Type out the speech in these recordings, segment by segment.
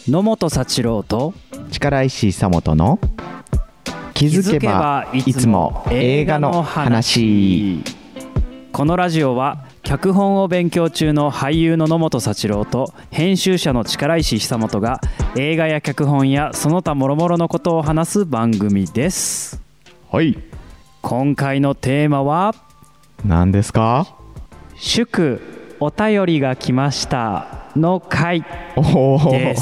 野本幸郎と力石久本の気づけばいつも映画の話。 このラジオは脚本を勉強中の俳優の野本幸郎と編集者の力石久本が映画や脚本やその他諸々のことを話す番組です。 はい、 今回のテーマは何ですか？ 祝お便りが来ましたの回です。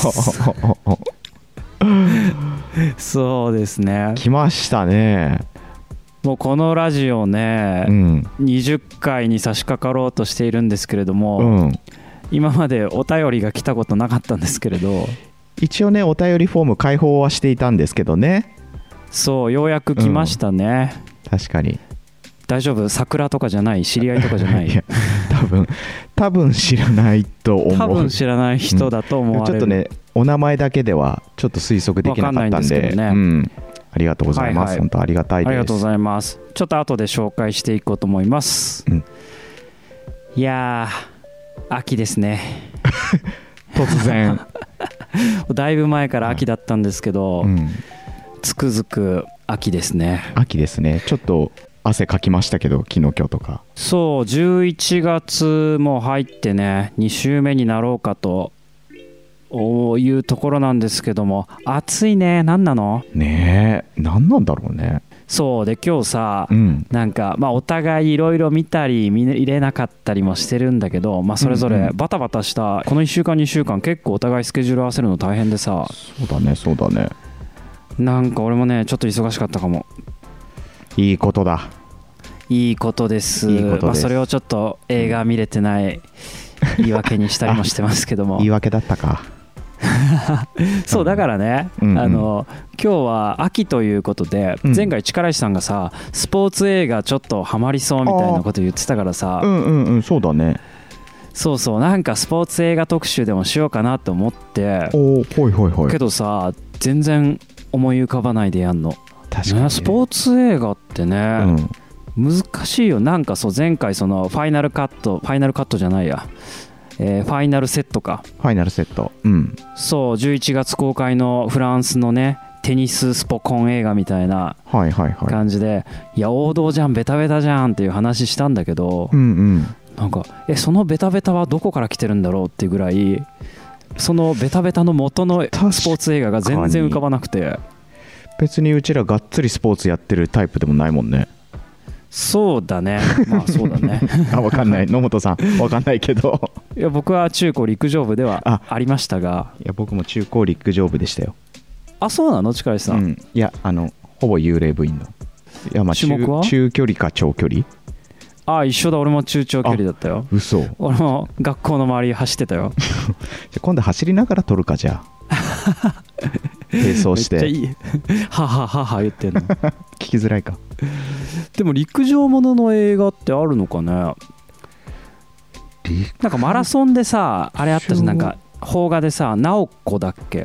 そうですね、 来ましたね。 もうこのラジオね、20回に差し掛かろうとしているんですけれども、今までお便りが来たことなかったんですけれど、 一応ねお便りフォーム開放はしていたんですけどね。 そうようやく来ましたね、 確かに。 大丈夫？桜とかじゃない？知り合いとかじゃない？ いや多分知らないと思う。 多分知らない人だと思われる、 ちょっとねお名前だけではちょっと推測できなかったんで、ありがとうございます、本当ありがたいです。 ありがとうございます。ちょっと後で紹介していこうと思います、いやー秋ですね突然だいぶ前から秋だったんですけど、つくづく秋ですね。 秋ですね。ちょっと汗かきましたけど、昨日今日とか。 そう11月も入ってね2週目になろうかというところなんですけども、暑いね。何なのねえ、何なんだろうね。 そうで今日さ、なんかお互いいろいろ見たり見れなかったりもしてるんだけど、それぞれバタバタしたこの1週間2週間結構お互いスケジュール合わせるの大変でさ。 そうだね。 なんか俺もねちょっと忙しかったかも。 いいことだ。 いいことです。それをちょっと映画見れてない言い訳にしたりもしてますけども言い訳だったかそうだからね、今日は秋ということで、前回力石さんがさスポーツ映画ちょっとハマりそうみたいなこと言ってたからさ、 そうだね。 そうなんかスポーツ映画特集でもしようかなと思って、けどさ全然思い浮かばないでやんの。 確かにね、 スポーツ映画ってね、難しいよ。なんかそう前回そのファイナルカットじゃないや、ファイナルセットか。 ファイナルセット、 そう11月公開のフランスのねテニススポコン映画みたいな感じで、いや王道じゃんベタベタじゃんっていう話したんだけど、なんかそのベタベタはどこから来てるんだろうっていうぐらい、そのベタベタの元のスポーツ映画が全然浮かばなくて。 別にうちらがっつりスポーツやってるタイプでもないもんね。 そうだね、そうだね分かんない、野本さん分かんないけどいや僕は中高陸上部ではありましたが。 いや僕も中高陸上部でしたよ。 あ、そうなの？力石さん、 いやほぼ幽霊部員の。いや種目は中距離か長距離。 一緒だ。俺も中長距離だったよ。 嘘。 俺も学校の周り走ってたよじゃあ今度走りながら撮るか。じゃあ並走してめっちゃいいはははは言ってんの聞きづらいか。 でも陸上ものの映画ってあるのかね。なんかマラソンでさあれあったじゃん、なんか邦画でさ直子だっけ。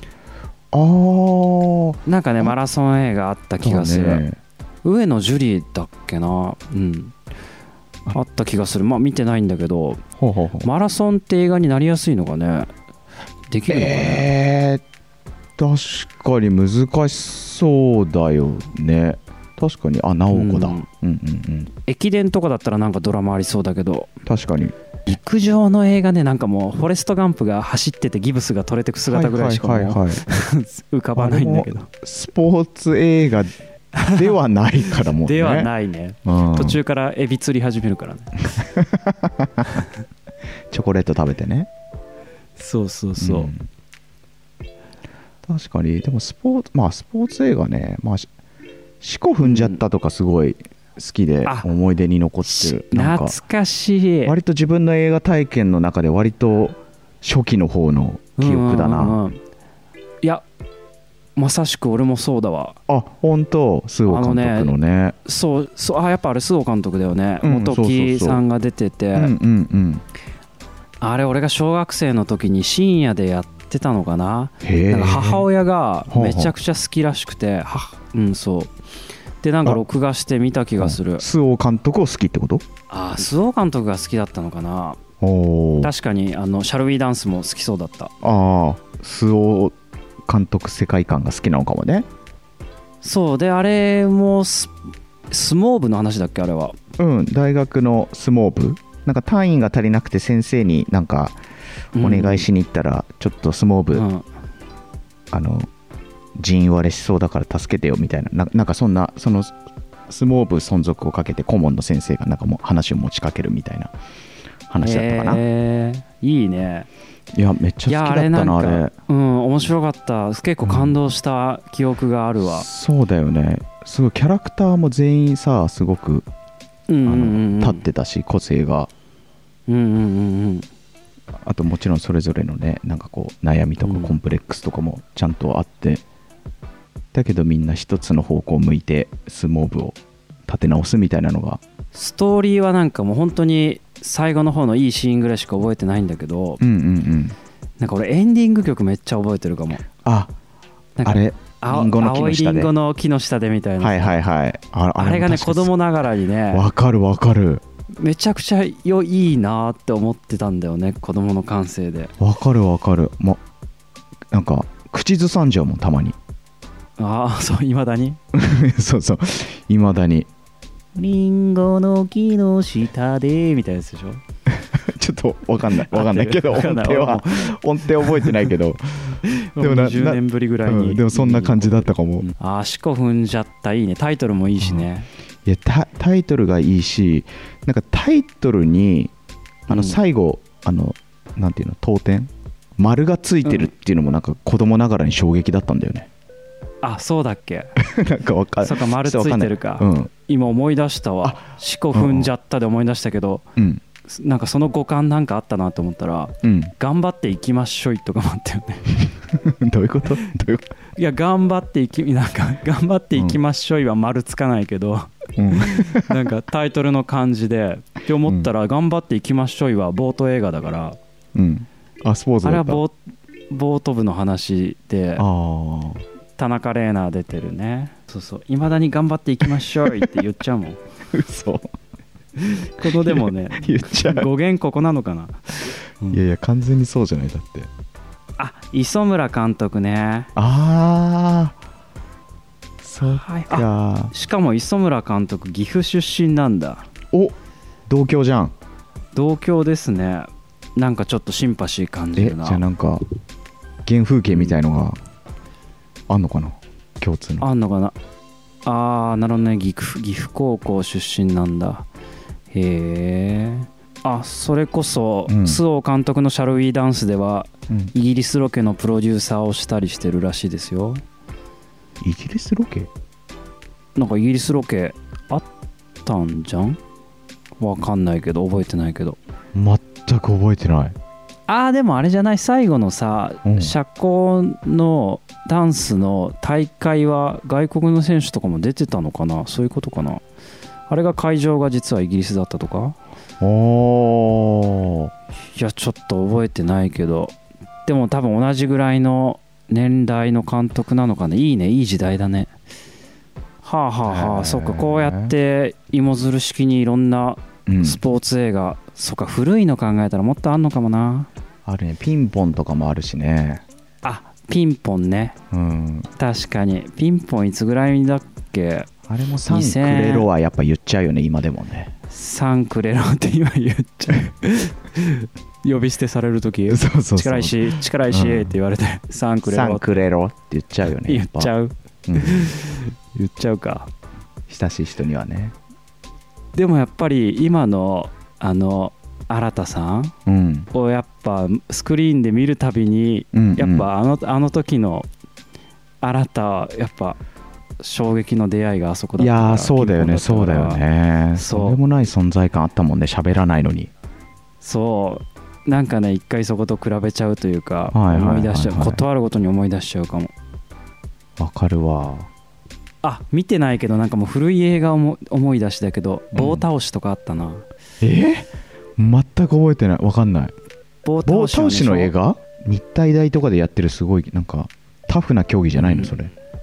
なんかねマラソン映画あった気がする、上野樹里だっけな。あった気がする。見てないんだけど、マラソンって映画になりやすいのかね。できるのかね。 確かに難しそうだよね。確かに直子だ。 駅伝とかだったらなんかドラマありそうだけど、 確かに陸上の映画ね、なんかもうフォレストガンプが走っててギブスが取れてく姿ぐらいしかもう浮かばないんだけど。スポーツ映画ではないからもうねではないね、途中からエビ釣り始めるからねチョコレート食べてね。 そう、 確かに。でもスポーツ映画ね、四股踏んじゃったとかすごい好きで思い出に残ってる。 懐かしい。 割と自分の映画体験の中で割と初期の方の記憶だな。 いやまさしく俺もそうだわ。 本当。菅生監督のね。 そうやっぱあれ菅生監督だよね。元木さんが出てて、あれ俺が小学生の時に深夜でやってたのかな。なんか母親がめちゃくちゃ好きらしくて、そうでなんか録画して見た気がする。 菅生監督を好きってこと？ 菅生監督が好きだったのかな。 確かにシャルウィーダンスも好きそうだった。ああ、周防監督世界観が好きなのかもね。 そうで、あれも相撲部の話だっけ、あれは。 うん、大学の相撲部、なんか単位が足りなくて先生になんかお願いしに行ったら、ちょっと相撲部、人員割れしそうだから助けてよみたいな、なんかその相撲部存続をかけて顧問の先生がなんかもう話を持ちかけるみたいな話だったかな。 いいね。 いや、めっちゃ好きだったな、あれ。 うん、面白かった。結構感動した記憶があるわ。 そうだよね。すごいキャラクターも全員さ、すごく立ってたし、個性が。あともちろんそれぞれのね、なんかこう悩みとかコンプレックスとかもちゃんとあって、だけどみんな一つの方向を向いて相撲部を立て直すみたいなのが。 ストーリーはなんかもう本当に最後の方のいいシーンぐらいしか覚えてないんだけど、なんか俺エンディング曲めっちゃ覚えてるかも。 あれ、 青いリンゴの木の下でみたいな。 はいはいはい。 あれがね、子供ながらにね、 わかるわかる、 めちゃくちゃいいなって思ってたんだよね、子供の感性で。 わかるわかる。なんか口ずさんじゃうもん、たまに。 ああ、そう、いまだにそうそう、いまだにリンゴの木の下でみたいなやつでしょちょっとわかんないけど、音程覚えてないけどでも20年ぶりぐらいに、 でもそんな感じだったかも。 しこ踏んじゃった。いいね。タイトルもいいしね。 いや、タイトルがいいし、なんかタイトルに最後なんていうの、当点丸がついてるっていうのもなんか子供ながらに衝撃だったんだよね。 あ、そうだっけなんかわかんない。 そうか、丸ついてるか。今思い出したわ。しこ踏んじゃったで思い出したけど、なんかその五感なんかあったなと思ったら、頑張っていきましょいとかもあったよねどういうこと？ いや、頑張っていきましょいは丸つかないけど、なんかタイトルの感じでって思ったら、頑張っていきましょいはボート映画だから、 スポーツだった。 あれはボート部の話で、田中玲奈出てるね。そうそう、いまだに頑張っていきましょうって言っちゃうもん嘘このでもね言っちゃう。 語源ここなのかな、 いやいや、完全にそうじゃない。だって磯村監督ね。 そうか。 しかも磯村監督岐阜出身なんだ。 同郷じゃん。 同郷ですね。なんかちょっとシンパシー感じるな。 じゃあなんか原風景みたいのがあんのかな、共通の。 あんのかな。なるほどね。岐阜高校出身なんだ。へえ。それこそ、周防監督のシャルウィーダンスでは、イギリスロケのプロデューサーをしたりしてるらしいですよ。 イギリスロケ？ なんかイギリスロケあったんじゃん？わかんないけど、覚えてないけど。 全く覚えてない。 でもあれじゃない、最後のさ、社交のダンスの大会は外国の選手とかも出てたのかな。そういうことかな。あれが会場が実はイギリスだったとか。いや、ちょっと覚えてないけど、でも多分同じぐらいの年代の監督なのかね。いいね、いい時代だね。そっか、こうやって芋づる式にいろんなスポーツ映画、そっか、古いの考えたらもっとあんのかもな。 あるね。ピンポンとかもあるしね。 ピンポンね、確かに。ピンポンいつぐらいだっけ。 あれもサンクレロはやっぱ言っちゃうよね、今でもね。 サンクレロって今言っちゃう呼び捨てされるとき、力石って言われて、サンクレロって言っちゃうよね。 言っちゃう、言っちゃうか。 親しい人にはね。 でもやっぱり今の新田さんをやっぱスクリーンで見るたびに、やっぱあの時の新田、やっぱ衝撃の出会いがあそこだったから。いや、 そうだよね、そうだよね。そうでもない存在感あったもんね、喋らないのに。 そうなんかね、一回そこと比べちゃうというか、思い出しちゃう。ことあるごとに思い出しちゃうかも。 わかるわ。 見てないけど、なんかもう古い映画を思い出しだけど、棒倒しとかあったな。 全く覚えてない。わかんない。棒倒しの映画？日体大とかでやってる、すごいなんかタフな競技じゃないの、それ。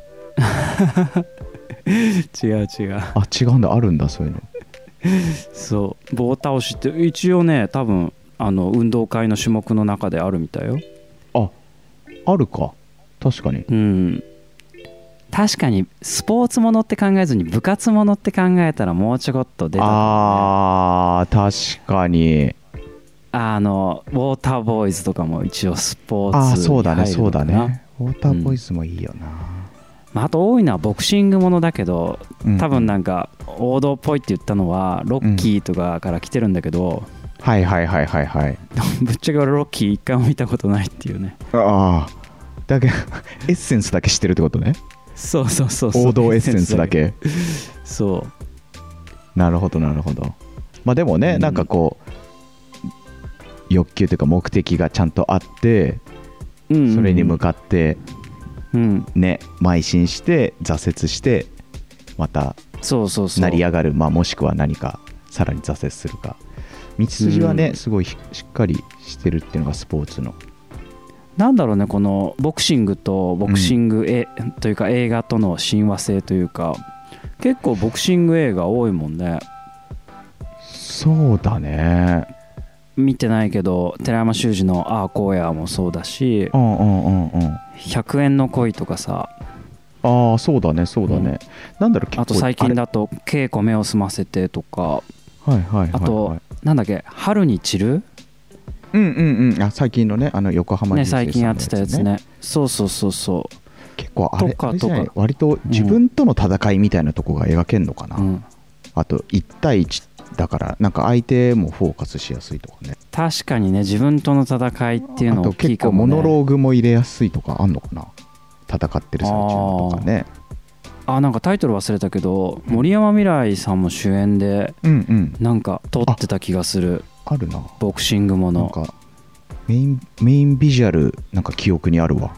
違う。 違うんだ。あるんだ、そういうの。 そう、棒倒しって一応ね、多分運動会の種目の中であるみたいよ。 あるか、確かに。 確かにスポーツものって考えずに部活ものって考えたらもうちょっと出た、 ね、確かに。 ウォーターボーイズとかも一応スポーツにそうだね、 入るのかな。 ウォーターボーイズもいいよな。 あと多いのはボクシングものだけど、多分なんか王道っぽいって言ったのはロッキーとかから来てるんだけど、 ぶっちゃけ俺ロッキー一回も見たことないっていうね。 だけどエッセンスだけ知ってるってことね。 そう王道エッセンスだけ。 そうなるほど。でもね、なんかこう欲求というか目的がちゃんとあって、それに向かってね、邁進して挫折してまた成り上がる、もしくは何かさらに挫折するか、道筋はね、すごいしっかりしてるっていうのがスポーツの。 なんだろうね、このボクシングとボクシングというか映画との親和性というか、結構ボクシング映画多いもんね。 そうだね。 見てないけど寺山修司の「ああ荒野」もそうだし、100円の恋とかさ。 そうだね。なんだろう、 あと最近だと「稽古目を澄ませて」とか、あとなんだっけ、春に散る、 最近のね、横浜ね、最近やってたやつね。そう結構あれじゃない、割と自分との戦いみたいなとこが描けんのかな。あと1対1だからなんか相手もフォーカスしやすいとかね。 確かにね、自分との戦いっていうの大きいかもね。 あと結構モノローグも入れやすいとかあんのかな、戦ってる最中のとかね。 なんかタイトル忘れたけど、森山未來さんも主演でなんか撮ってた気がする。 あるな、 ボクシングもの。 なんかメインビジュアルなんか記憶にあるわ。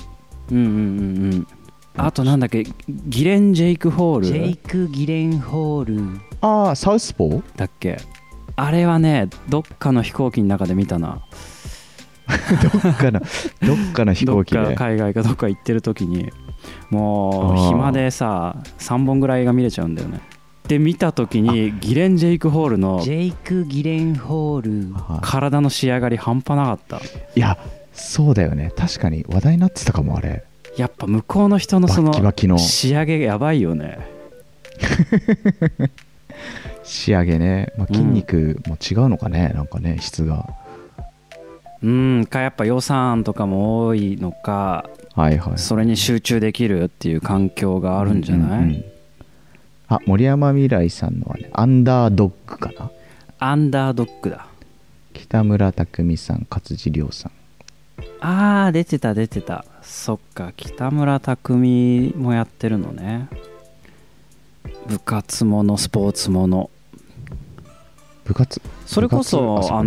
あとなんだっけ、ギレン・ジェイク・ホール。ジェイク・ギレン・ホール。 サウスポーだっけ。あれはね、どっかの飛行機の中で見たな。 どっかの飛行機で、 どっか海外かどっか行ってる時に、もう暇でさ3本ぐらいが見れちゃうんだよね。で見た時にギレン・ジェイク・ホールのジェイク・ギレン・ホール、体の仕上がり半端なかった。 いやそうだよね、確かに話題になってたかも。あれやっぱ向こうの人のそのバキバキの仕上げやばいよね。 仕上げね、筋肉も違うのかね、なんかね、質がやっぱ予算とかも多いのか、それに集中できるっていう環境があるんじゃない？ 森山未來さんのはね、アンダードッグかな。 アンダードッグだ。 北村匠海さん、勝地涼さん。 出てた。そっか、北村匠海もやってるのね。部活もの、スポーツもの。それこそこ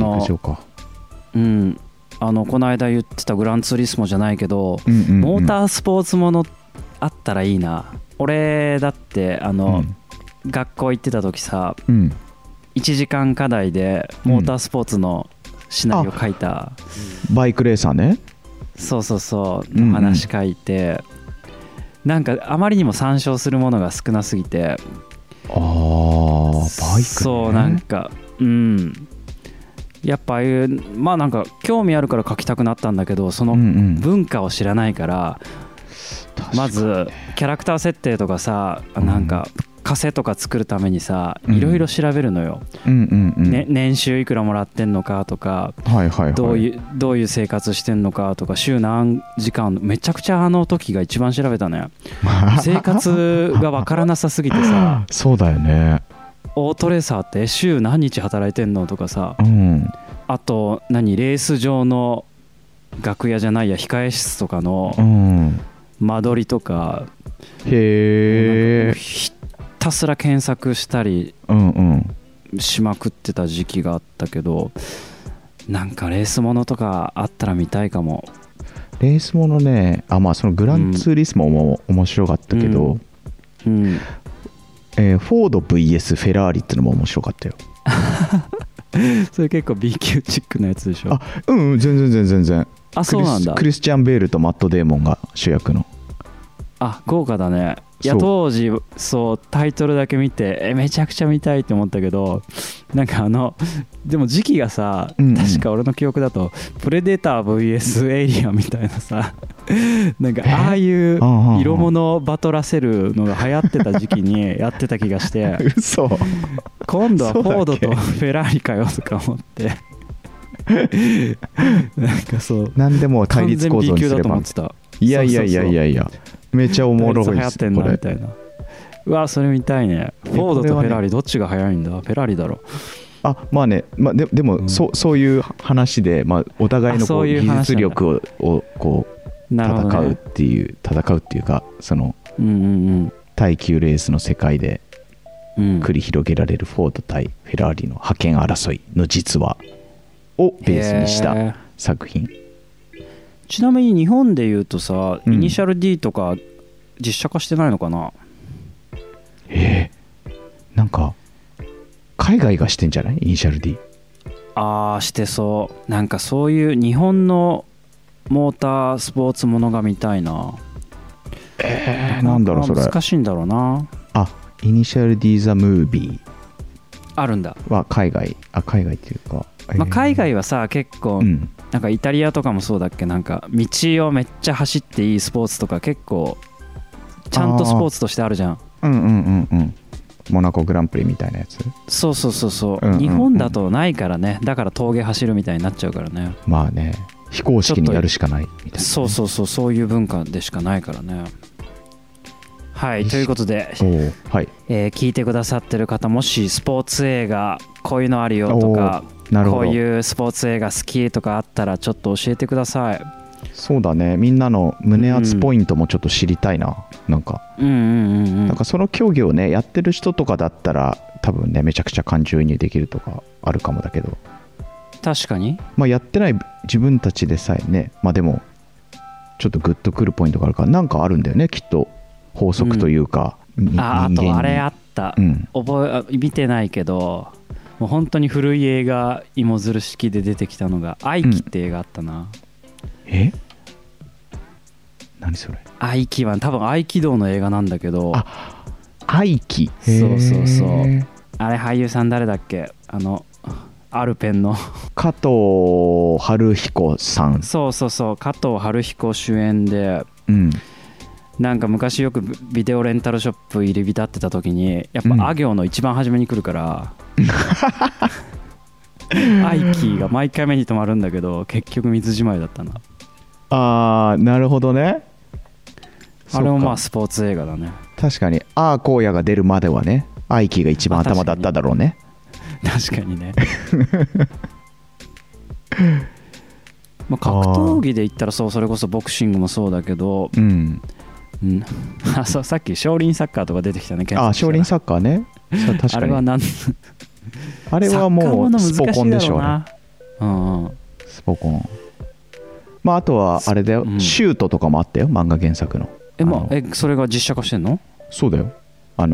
の間言ってたグランツーリスモじゃないけど、モータースポーツものあったらいいな。俺だって学校行ってた時さ、1時間課題でモータースポーツのシナリオ書いた、 バイクレーサーね。 の話書いて、なんかあまりにも参照するものが少なすぎて、 バイクね。 そうなんかやっぱああいうなんか興味あるから書きたくなったんだけど、その文化を知らないから、まずキャラクター設定とかさ、なんか枷とか作るためにさ、いろいろ調べるのよ。年収いくらもらってんのかとか、どういう生活してんのかとか、週何時間、めちゃくちゃあの時が一番調べたね。生活が分からなさすぎてさ。 そうだよね。 オートレーサーって週何日働いてんのとかさ、あとレース場の楽屋じゃないや控え室とかの間取りとか、ひたすら検索したりしまくってた時期があったけど、なんかレースものとかあったら見たいかも。 レースものね、そのグランツーリスモも面白かったけど、フォード VS フェラーリってのも面白かったよ。 それ結構 B 級チックなやつでしょ。 全然。 そうなんだ。 クリスチャン・ベールとマット・デーモンが主役の。 豪華だね。 いや当時そうタイトルだけ見てめちゃくちゃ見たいって思ったけど、なんかでも時期がさ、確か俺の記憶だとプレデター vs エイリアンみたいなさなんかああいう色物バトらせるのが流行ってた時期にやってた気がして嘘、 今度はフォードとフェラーリかよとか思ってなんかそう何でも対立構造にすれば、完全 B 級だと思ってた。 いやいやいやいやいや、めちゃおもろいです。 流行ってんなみたいな。うわそれ見たいね。フォードとフェラーリどっちが速いんだ。フェラーリだろ。 あまあね、でも、そういう話で、お互いのこう技術力をこう戦うっていうか、その耐久レースの世界で繰り広げられるフォード対フェラーリの覇権争いの実話をベースにした作品。 ちなみに日本でいうとさ、イニシャル D とか実写化してないのかな。 なんか海外がしてんじゃない？イニシャル D。 してそう。なんかそういう日本のモータースポーツものが見たいな。 なんだろうそれ。 難しいんだろうな。 イニシャル D ザムービーあるんだ。 は海外っていうか、 海外はさ結構、なんかイタリアとかもそうだっけ、なんか道をめっちゃ走っていいスポーツとか結構ちゃんとスポーツとしてあるじゃん。 モナコグランプリみたいなやつ。 そう、日本だとないからね。だから峠走るみたいになっちゃうからね。 まあね、非公式にやるしかないみたいな、ね、 そういう文化でしかないからね。はい、ということで、聞いてくださってる方、もしスポーツ映画こういうのあるよとか、こういうスポーツ映画好きとかあったらちょっと教えてください。 そうだね、みんなの胸熱ポイントもちょっと知りたいな。なんかその競技をねやってる人とかだったら多分ねめちゃくちゃ感情移入できるとかあるかもだけど、 確かにやってない自分たちでさえね、でもちょっとグッとくるポイントがあるから、なんかあるんだよねきっと、法則というか、 あとあれあった、見てないけど、もう本当に古い映画芋づる式で出てきたのがアイキって映画あったな。 何それ？ 合気は多分合気道の映画なんだけど。 合気。 そう。あれ俳優さん誰だっけ？アルペンの加藤晴彦さん。 そう加藤晴彦主演で、なんか昔よくビデオレンタルショップ入り浸ってた時にやっぱあ行の一番初めに来るから、合気が毎回目に留まるんだけど結局水じまいだったな。 なるほどね。 あれもスポーツ映画だね。 確かに荒野が出るまではね、合気が一番頭だっただろうね。 確かにね格闘技で言ったらそれこそボクシングもそうだけど、さっき少林サッカーとか出てきたね。 少林サッカーね。確かにあれはあれはもうスポコンでしょ。スポコン。あとはあれだよ、シュートとかもあったよ、漫画原作の。 それが実写化してんの？ そうだよ。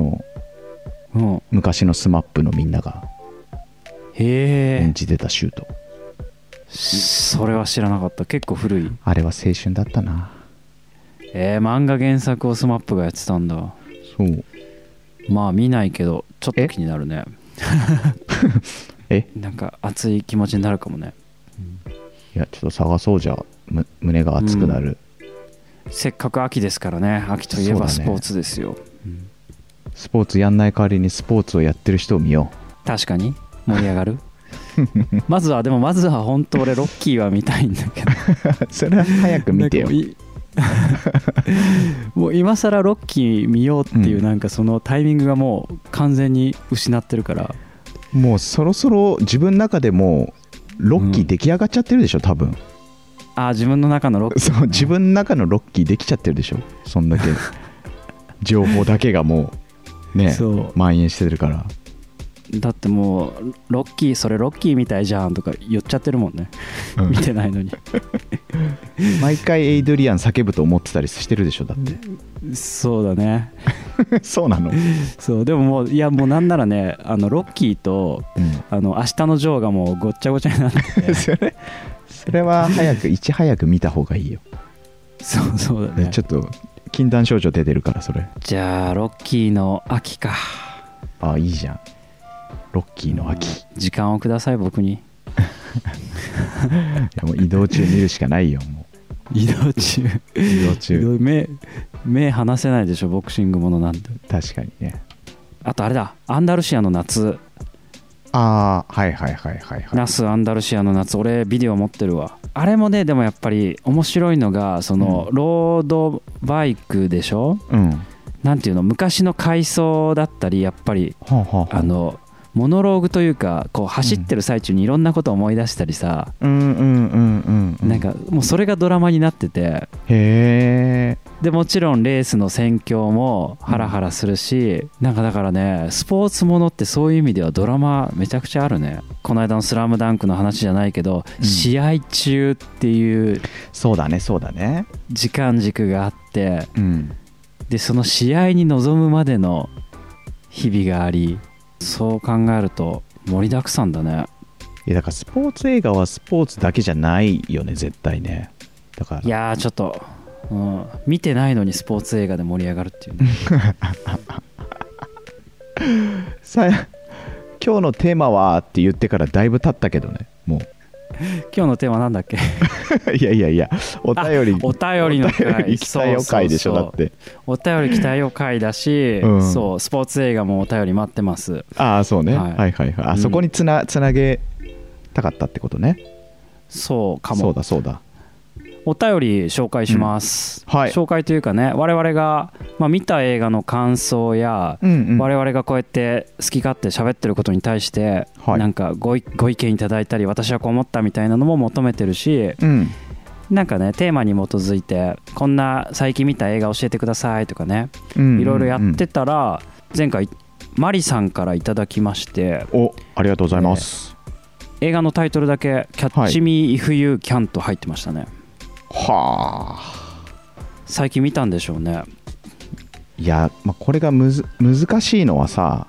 昔のスマップのみんなが演じてたシュート。 それは知らなかった。結構古い。 あれは青春だったな。 漫画原作をスマップがやってたんだ。 そう。 見ないけどちょっと気になるね。なんか熱い気持ちになるかもね。 いやちょっと探そう。じゃ胸が熱くなる、 せっかく秋ですからね。秋といえばスポーツですよ。 スポーツやんない代わりにスポーツをやってる人を見よう。確かに盛り上がるまずは本当俺ロッキーは見たいんだけどそれは早く見てよ。 もう今更ロッキー見ようっていうなんかそのタイミングがもう完全に失ってるから、 もうそろそろ自分の中でもロッキー出来上がっちゃってるでしょ多分。 自分の中のロッキー、 そう、自分の中のロッキーできちゃってるでしょ。そんだけ情報だけがもうね蔓延してるから。 だってもうロッキーみたいじゃんとか言っちゃってるもんね、見てないのに毎回エイドリアン叫ぶと思ってたりしてるでしょ。だってそうだねそうなの。 そうでももうもうなんならねロッキーと、明日のジョーがもうごっちゃごちゃになっててそれはいち早く見た方がいいよ。 そうだね。 ちょっと禁断症状出てるからそれ。 じゃあロッキーの秋か。 あ、いいじゃん、ロッキーの秋。 時間をください僕に。 いやもう移動中見るしかないよ。もう移動中目離せないでしょボクシングものなんて。 確かにね。 あとあれだ、アンダルシアの夏。 ああ、はいナスアンダルシアの夏、俺ビデオ持ってるわ。あれもね、でもやっぱり面白いのがその、ロードバイクでしょ、なんていうの、昔の回想だったりやっぱり、モノローグというか、こう走ってる最中にいろんなことを思い出したりさ、なんかもうそれがドラマになってて、でもちろんレースの戦況もハラハラするし、なんかだからね、スポーツものってそういう意味ではドラマめちゃくちゃあるね。この間のスラムダンクの話じゃないけど、試合中っていうそうだね時間軸があって、でその試合に臨むまでの日々があり、そう考えると盛りだくさんだね。 いやだからスポーツ映画はスポーツだけじゃないよね絶対ね。だからいやちょっと、見てないのにスポーツ映画で盛り上がるっていうね。 さあ今日のテーマはって言ってからだいぶ経ったけどね。もう今日のテーマなんだっけ。 いやお便りの回期待予回でしょ。だってお便り期待予回だし、そうスポーツ映画もお便り待ってます。 ああそうね、はいあそこにつなげたかったってことね。 そうかも。 そうだお便り紹介します、紹介というかね、我々が、見た映画の感想や、我々がこうやって好き勝手喋ってることに対して、なんかご意見いただいたり、私はこう思ったみたいなのも求めてるし、なんかねテーマに基づいてこんな最近見た映画教えてくださいとかね、いろいろやってたら、前回マリさんからいただきまして、 ありがとうございます。 映画のタイトルだけキャッチミーイフユーキャンと入ってましたね。最近見たんでしょうね。 いや、これが難しいのはさ、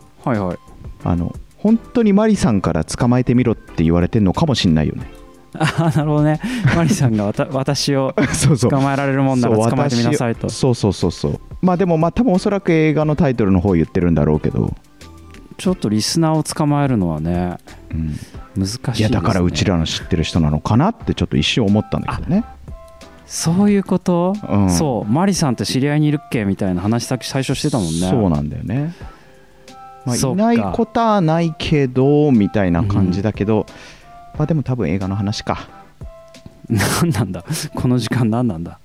本当にマリさんから捕まえてみろって言われてるのかもしんないよね。 なるほどね。マリさんが私を捕まえられるもんなら捕まえてみなさいと。そうでも多分おそらく映画のタイトルの方言ってるんだろうけど、 ちょっとリスナーを捕まえるのはね、難しいですね。 いやだからうちらの知ってる人なのかなってちょっと一瞬思ったんだけどね。 そういうこと、そうマリさんって知り合いにいるっけみたいな話最初してたもんね。 そうなんだよね。いないことはないけどみたいな感じだけど、でも多分映画の話か。 何なんだこの時間、何なんだ。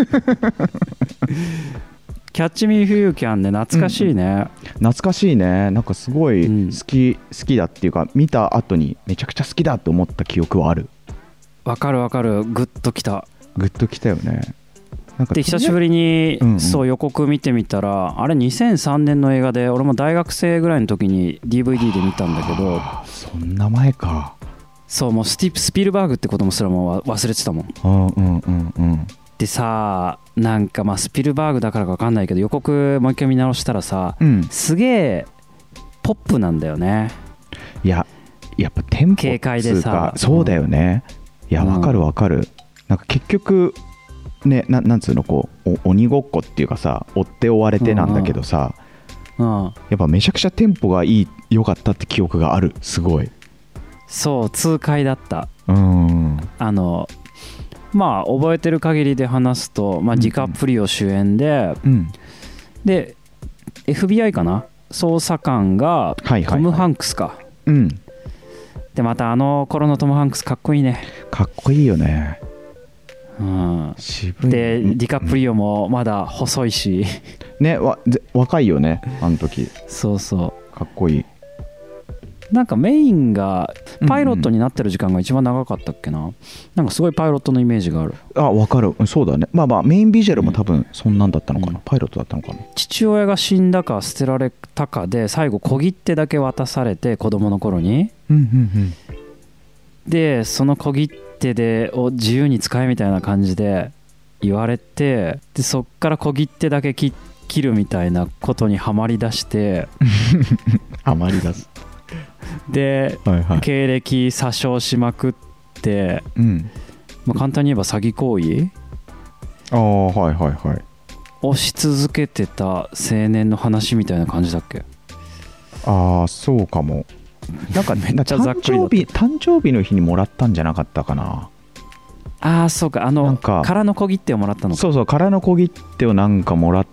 キャッチミーフユーキャンね、懐かしいね、 懐かしいね。なんかすごい好きだっていうか、見た後にめちゃくちゃ好きだと思った記憶はある。 わかるグッときたよね。 で久しぶりに、そう予告見てみたら、あれ2003年の映画で、俺も大学生ぐらいの時に DVD で見たんだけど、 そんな前か。 そうもうスピルバーグってこともすらも忘れてたもん。でさ、なんかスピルバーグだからか分かんないけど、予告もう一回見直したらさ、すげえポップなんだよね。 いややっぱテンポ軽快でさ、 そうだよね。いや分かる、なんか結局ね、なんつうの、こう鬼ごっこっていうかさ、追って追われてなんだけどさ、やっぱめちゃくちゃテンポが良かったって記憶がある。すごいそう痛快だった。覚えてる限りで話すと、ディカプリオ主演で、で FBI かな、捜査官がトム・ハンクスか、でまたあの頃のトム・ハンクスかっこいいね。 かっこいいよね。 渋いでディカプリオもまだ細いしね、若いよねあの時。 そうかっこいい。 なんかメインがパイロットになってる時間が一番長かったっけな、なんかすごいパイロットのイメージがある。 分かる。そうだね。メインビジュアルも多分そんなんだったのかな、パイロットだったのかな。 父親が死んだか捨てられたかで、最後小切手だけ渡されて、子供の頃に、でその小切手を自由に使えみたいな感じで言われて、でそっから小切手だけ切るみたいなことにはまりだしてはまりだすで、経歴詐称しまくって、簡単に言えば詐欺行為をし続けてた青年の話みたいな感じだっけ？ ああ、そうかも。なんかめっちゃざっくりだった。誕生日の日にもらったんじゃなかったかな。 ああ、そうか、なんか空の小切手をもらったのか。 そうそう、空の小切手をなんかもらって、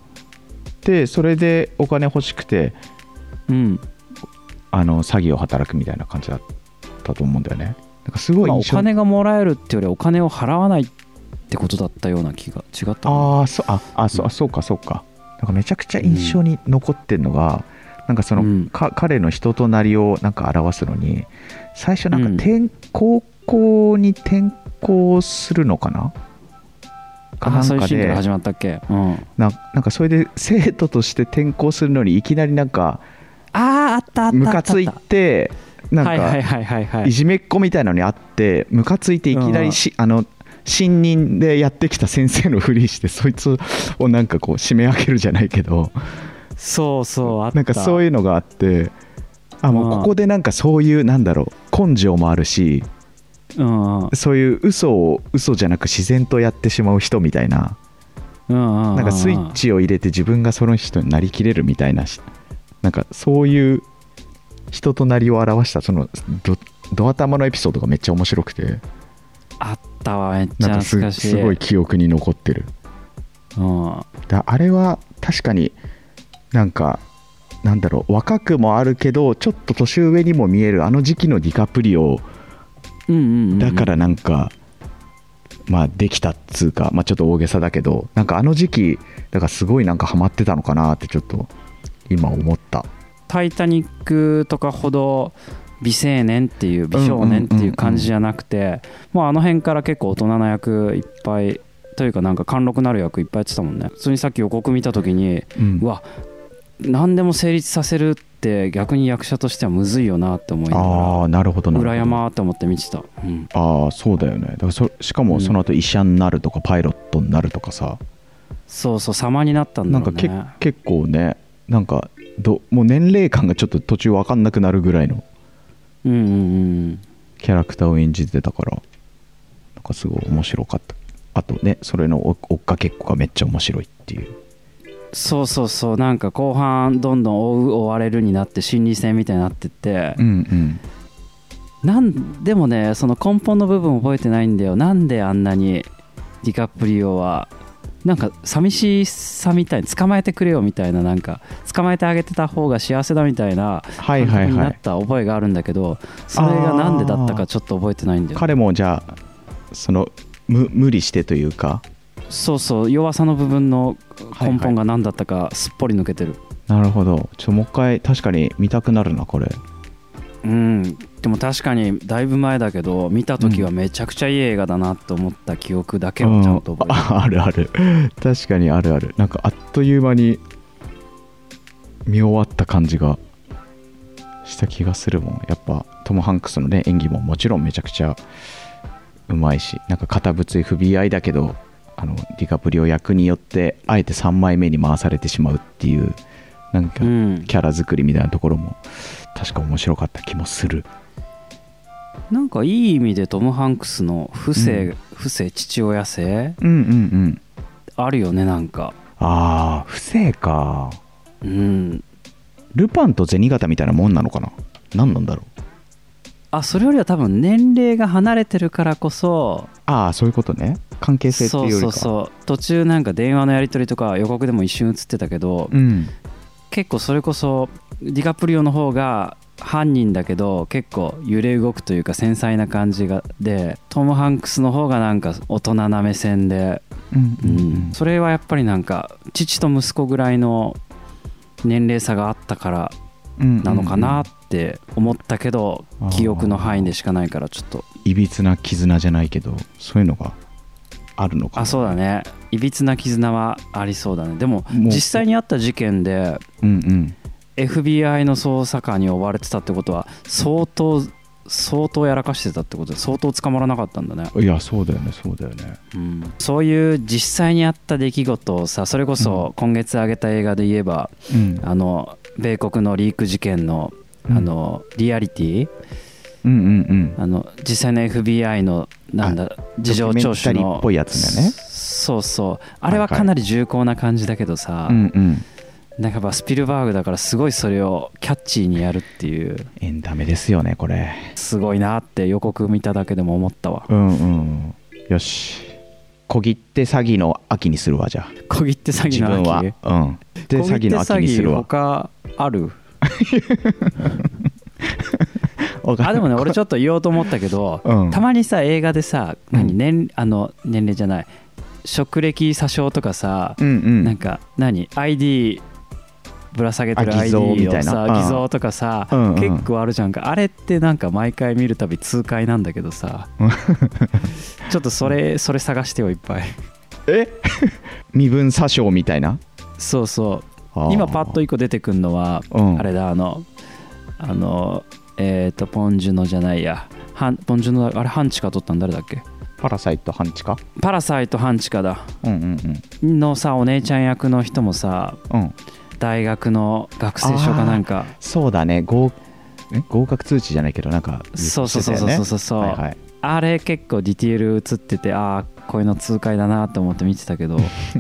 それでお金欲しくて、 うん、 詐欺を働くみたいな感じだったと思うんだよね。なんかすごいお金がもらえるってよりお金を払わないってことだったような気が。違った？ そうか。なんかめちゃくちゃ印象に残ってるのが、なんかその、彼の人となりをなんか表すのに、最初なんか高校に転校するのかな、 そういうシーンから始まったっけ？ なんかそれで生徒として転校するのにいきなりなんかあったムカついて、なんかいじめっ子みたいなのにあってムカついて、いきなり新任でやってきた先生のふりして、そいつをなんかこう締め上げるじゃないけど、 そうあった。 なんかそういうのがあって、もうここでなんかそういうなんだろう、根性もあるし、そういう嘘じゃなく自然とやってしまう人みたいな、なんかスイッチを入れて自分がその人になりきれるみたいな、なんかそういう人となりを表したそのド頭のエピソードがめっちゃ面白くて、 あったわ、めっちゃ懐かしい。 すごい記憶に残ってる。あれは確かになんかなんだろう、若くもあるけどちょっと年上にも見えるあの時期のディカプリオだからなんか、できたっつうか、ちょっと大げさだけど、なんかあの時期だからすごいなんかハマってたのかなってちょっと今思った。 タイタニックとかほど美少年っていう美少年っていう感じじゃなくて、もうあの辺から結構大人な役いっぱいというか、なんか貫禄なる役いっぱいやってたもんね。普通にさっき予告見た時に、うわ、何でも成立させるって逆に役者としてはむずいよなって思いながら、 なるほど羨まーって思って見てた。 そうだよね。だからしかもその後医者になるとかパイロットになるとかさ、 そう様になったんだろうね。 なんか結構ね、なんかもう年齢感がちょっと途中分かんなくなるぐらいのキャラクターを演じてたから、なんかすごい面白かった。あとね、それの追っかけっこがめっちゃ面白いっていう。 そうなんか後半どんどん追われるになって心理戦みたいになってって、でもね、その根本の部分覚えてないんだよ。なんであんなにディカプリオはなんか寂しさみたいに捕まえてくれよみたいな、なんか捕まえてあげてた方が幸せだみたいな感覚になった覚えがあるんだけど、それがなんでだったかちょっと覚えてないんだよ。 彼もじゃあその無理してというか、 そう弱さの部分の根本が何だったかすっぽり抜けてる。 なるほど。もう一回確かに見たくなるなこれ。 でも確かにだいぶ前だけど見た時はめちゃくちゃいい映画だなと思った記憶だけをちゃんと覚えてる。 ある確かにある。なんかあっという間に見終わった感じがした気がするもん。やっぱトム・ハンクスのね演技ももちろんめちゃくちゃうまいし、なんか堅物 FBI だけどディカプリオ役によってあえて3枚目に回されてしまうっていうなんかキャラ作りみたいなところも確か面白かった気もする。 なんかいい意味でトム・ハンクスの不正父親性、あるよね。なんか不正か。ルパンと銭形みたいなもんなのかな。何なんだろう。 それよりは多分年齢が離れてるからこそ。 そういうことね。関係性っていうよりか。 そう途中なんか電話のやり取りとか予告でも一瞬映ってたけど、結構それこそディカプリオの方が犯人だけど結構揺れ動くというか繊細な感じで、トム・ハンクスの方がなんか大人な目線で、それはやっぱりなんか父と息子ぐらいの年齢差があったからなのかなって思ったけど、記憶の範囲でしかないからちょっといびつな絆じゃないけどそういうのがあるのかな。 そうだね、いびつな絆はありそうだね。でも実際にあった事件で、FBI の捜査官に追われてたってことは相当やらかしてたってことで、相当捕まらなかったんだね。 いやそうだよね、 そういう実際にあった出来事をさ、それこそ今月上げた映画で言えば、米国のリーク事件のリアリティ、実際の FBI の事情聴取のっぽいやつだね。 そうそうあれはかなり重厚な感じだけどさ、なんかやっぱスピルバーグだからすごいそれをキャッチーにやるっていうエンタメですよねこれ。 すごいなって予告見ただけでも思ったわ。 よし小切手詐欺の秋にするわ。じゃあ小切手詐欺の秋。 自分はで詐欺の秋にするわ。 他あるでもね俺ちょっと言おうと思ったけど、たまにさ映画でさ年齢じゃない職歴詐称とかさ、なんかID ぶら下げてる ID をさ偽造とかさ、結構あるじゃんか。あれってなんか毎回見るたび痛快なんだけどさちょっとそれ探してよいっぱい。 身分詐称みたいな。 そうそう今パッと一個出てくるのは、あれだポンジュノじゃないやポンジュノあれハンチカ撮ったん誰だっけ。 パラサイト半地下パラサイト半地下だ、のさお姉ちゃん役の人もさ、大学の学生証かなんかそうだね合格通知じゃないけどなんか、 そう、あれ結構ディティール映っててこういうの痛快だなと思って見てたけど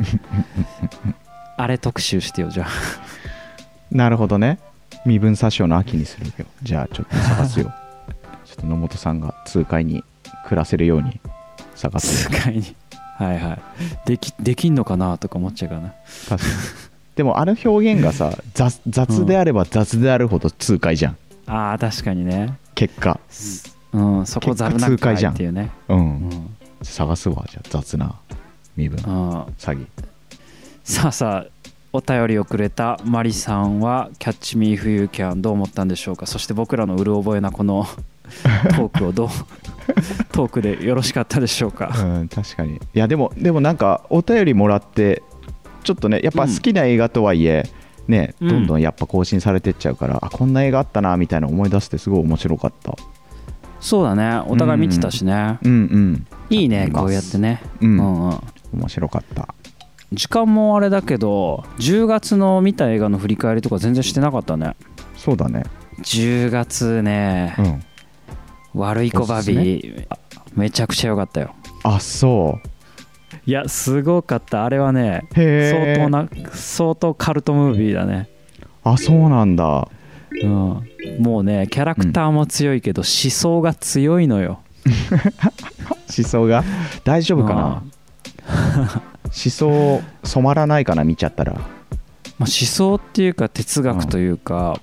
あれ特集してよじゃあ。 なるほどね。身分詐称の秋にするよ。じゃあちょっと探すよちょっと野本さんが痛快に暮らせるように探す。 痛快にできんのかなとか思っちゃうからな。 確かにでもあの表現がさ雑であれば雑であるほど痛快じゃん。 確かにね結果そこざるなくないっていうね。 探すわじゃあ雑な身分詐欺。 さあお便りをくれたマリさんはキャッチミーフユーキャンどう思ったんでしょうか。そして僕らのうる覚えなこのトークをトークでよろしかったでしょうか。 確かに。いやでもなんかお便りもらってちょっとねやっぱ好きな映画とはいえね、どんどんやっぱ更新されてっちゃうから、こんな映画あったなみたいな思い出してすごい面白かった。 そうだねお互い見てたしね。いいねこうやってね。面白かった。 時間もあれだけど10月の見た映画の振り返りとか全然してなかったね。 そうだね 10月ね、悪い子バビーめちゃくちゃ良かったよ。 そういやすごかった。あれはね相当カルトムービーだね。 そうなんだ。 もうねキャラクターも強いけど、思想が強いのよ思想が大丈夫かな思想染まらないかな見ちゃったら。 思想っていうか哲学というか、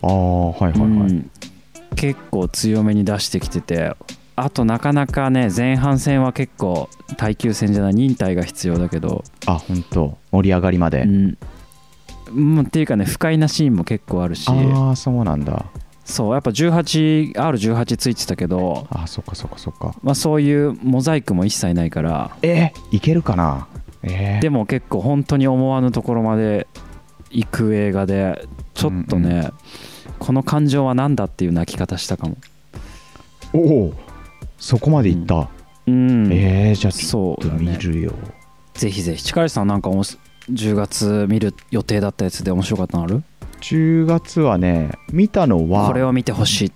結構強めに出してきてて、あとなかなかね前半戦は結構耐久戦じゃない忍耐が必要だけど本当盛り上がりまで、 っていうかね不快なシーンも結構あるし。 そうなんだ。 そうやっぱ R18 ついてたけどそっかそういうモザイクも一切ないからいけるかな。 でも結構本当に思わぬところまで行く映画でちょっとね、この感情は何だっていう泣き方したかも。 そこまでいった。じゃあちょっと見るよ。 ぜひぜひ。近石さんなんか10月見る予定だったやつで面白かったのある ？10月はね見たのはこれを見てほしいって、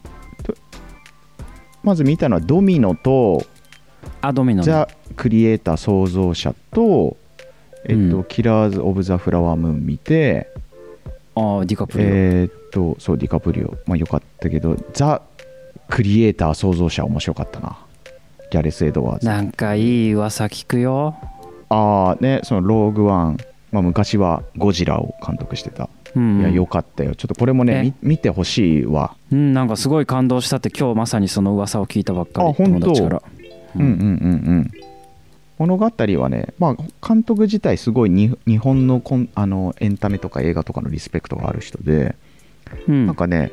まず見たのはドミノとドミノ、 ザ・クリエイター創造者と、キラーズ・オブ・ザ・フラワームーン見て、 ディカプリオそうディカプリオ良かったけどザ・クリエイター創造者面白かったな。ギャレス・エドワーズなんかいい噂聞くよ。 ねそのローグワン、昔はゴジラを監督してた。いや良かったよ。ちょっとこれもね見てほしいわ。 なんかすごい感動したって今日まさにその噂を聞いたばっかり。友達から。 物語はね、監督自体すごい日本のエンタメとか映画とかのリスペクトがある人で、なんかね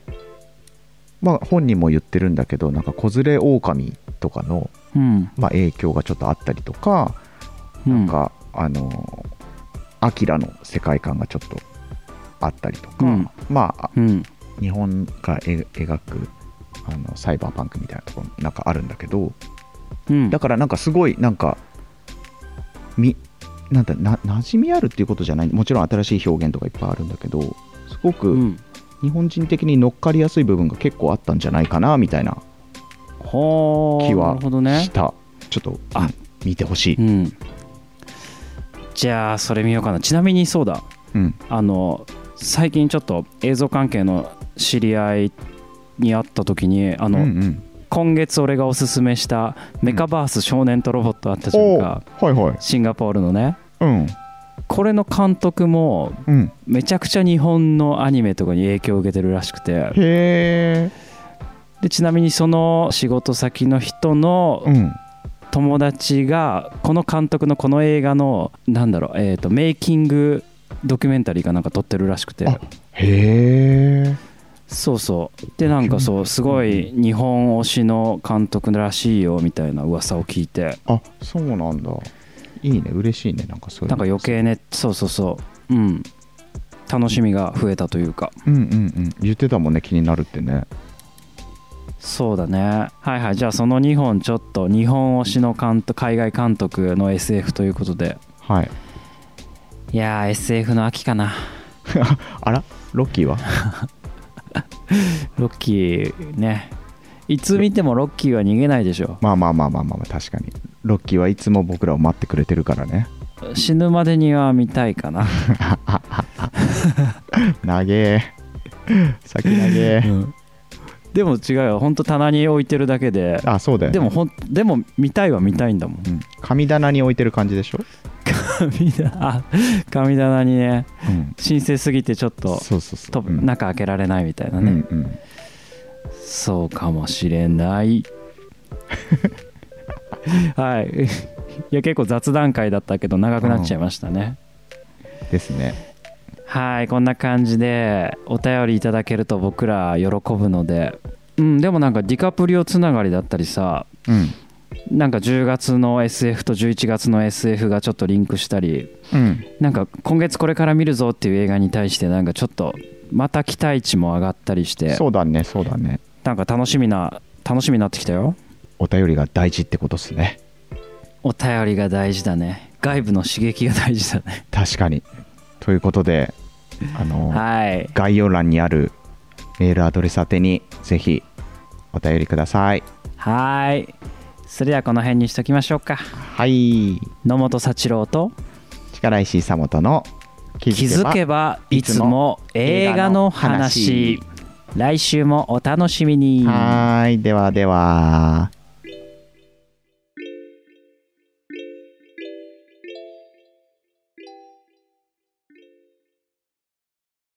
本人も言ってるんだけどなんか子連れ狼とかの、影響がちょっとあったりとか、なんかアキラの世界観がちょっとあったりとか、日本が描くサイバーパンクみたいなところなんかあるんだけど、だからなんかすごいなんか馴染みあるっていうことじゃない、もちろん新しい表現とかいっぱいあるんだけど、すごく日本人的に乗っかりやすい部分が結構あったんじゃないかなみたいな気はした。ちょっと見てほしい。 じゃあそれ見ようかな。ちなみにそうだ、最近ちょっと映像関係の知り合いに会った時に今月俺がおすすめしたメカバース少年とロボットあったじゃんか、シンガポールのね、これの監督もめちゃくちゃ日本のアニメとかに影響を受けてるらしくて、でちなみにその仕事先の人の友達がこの監督のこの映画のメイキングドキュメンタリーかなんか撮ってるらしくて、そうそうでなんかそうすごい日本推しの監督らしいよみたいな噂を聞いて、 そうなんだ。いいね、嬉しいね。なんかそういうなんか余計ね、そう楽しみが増えたというか、 言ってたもんね、気になるってね。 そうだね。じゃあその2本ちょっと日本推しの海外監督の SF ということで、いやー SF の秋かなあらロッキーはロッキーね、いつ見てもロッキーは逃げないでしょ。 まあ確かにロッキーはいつも僕らを待ってくれてるからね。 死ぬまでには見たいかな長え先長え、 でも違うよ、ほんと棚に置いてるだけで。 そうだよ、ね、 でも見たいは見たいんだもん、 神棚に置いてる感じでしょ。 神棚にね、神聖すぎてちょっと中開けられないみたいなね、そうかもしれないいや結構雑談会だったけど長くなっちゃいましたね、 ですね。 こんな感じでお便りいただけると僕ら喜ぶので、でもなんかディカプリオつながりだったりさ、なんか10月の SF と11月の SF がちょっとリンクしたり、なんか今月これから見るぞっていう映画に対してなんかちょっとまた期待値も上がったりして、 そうだねなんか楽しみになってきたよ。 お便りが大事ってことですね。 お便りが大事だね。外部の刺激が大事だね。 確かに。ということで概要欄にあるメールアドレス宛てにぜひお便りください。 それではこの辺にしときましょうか。野本幸郎と力石久本の気づけばいつも映画の話。来週もお楽しみに。 ではでは。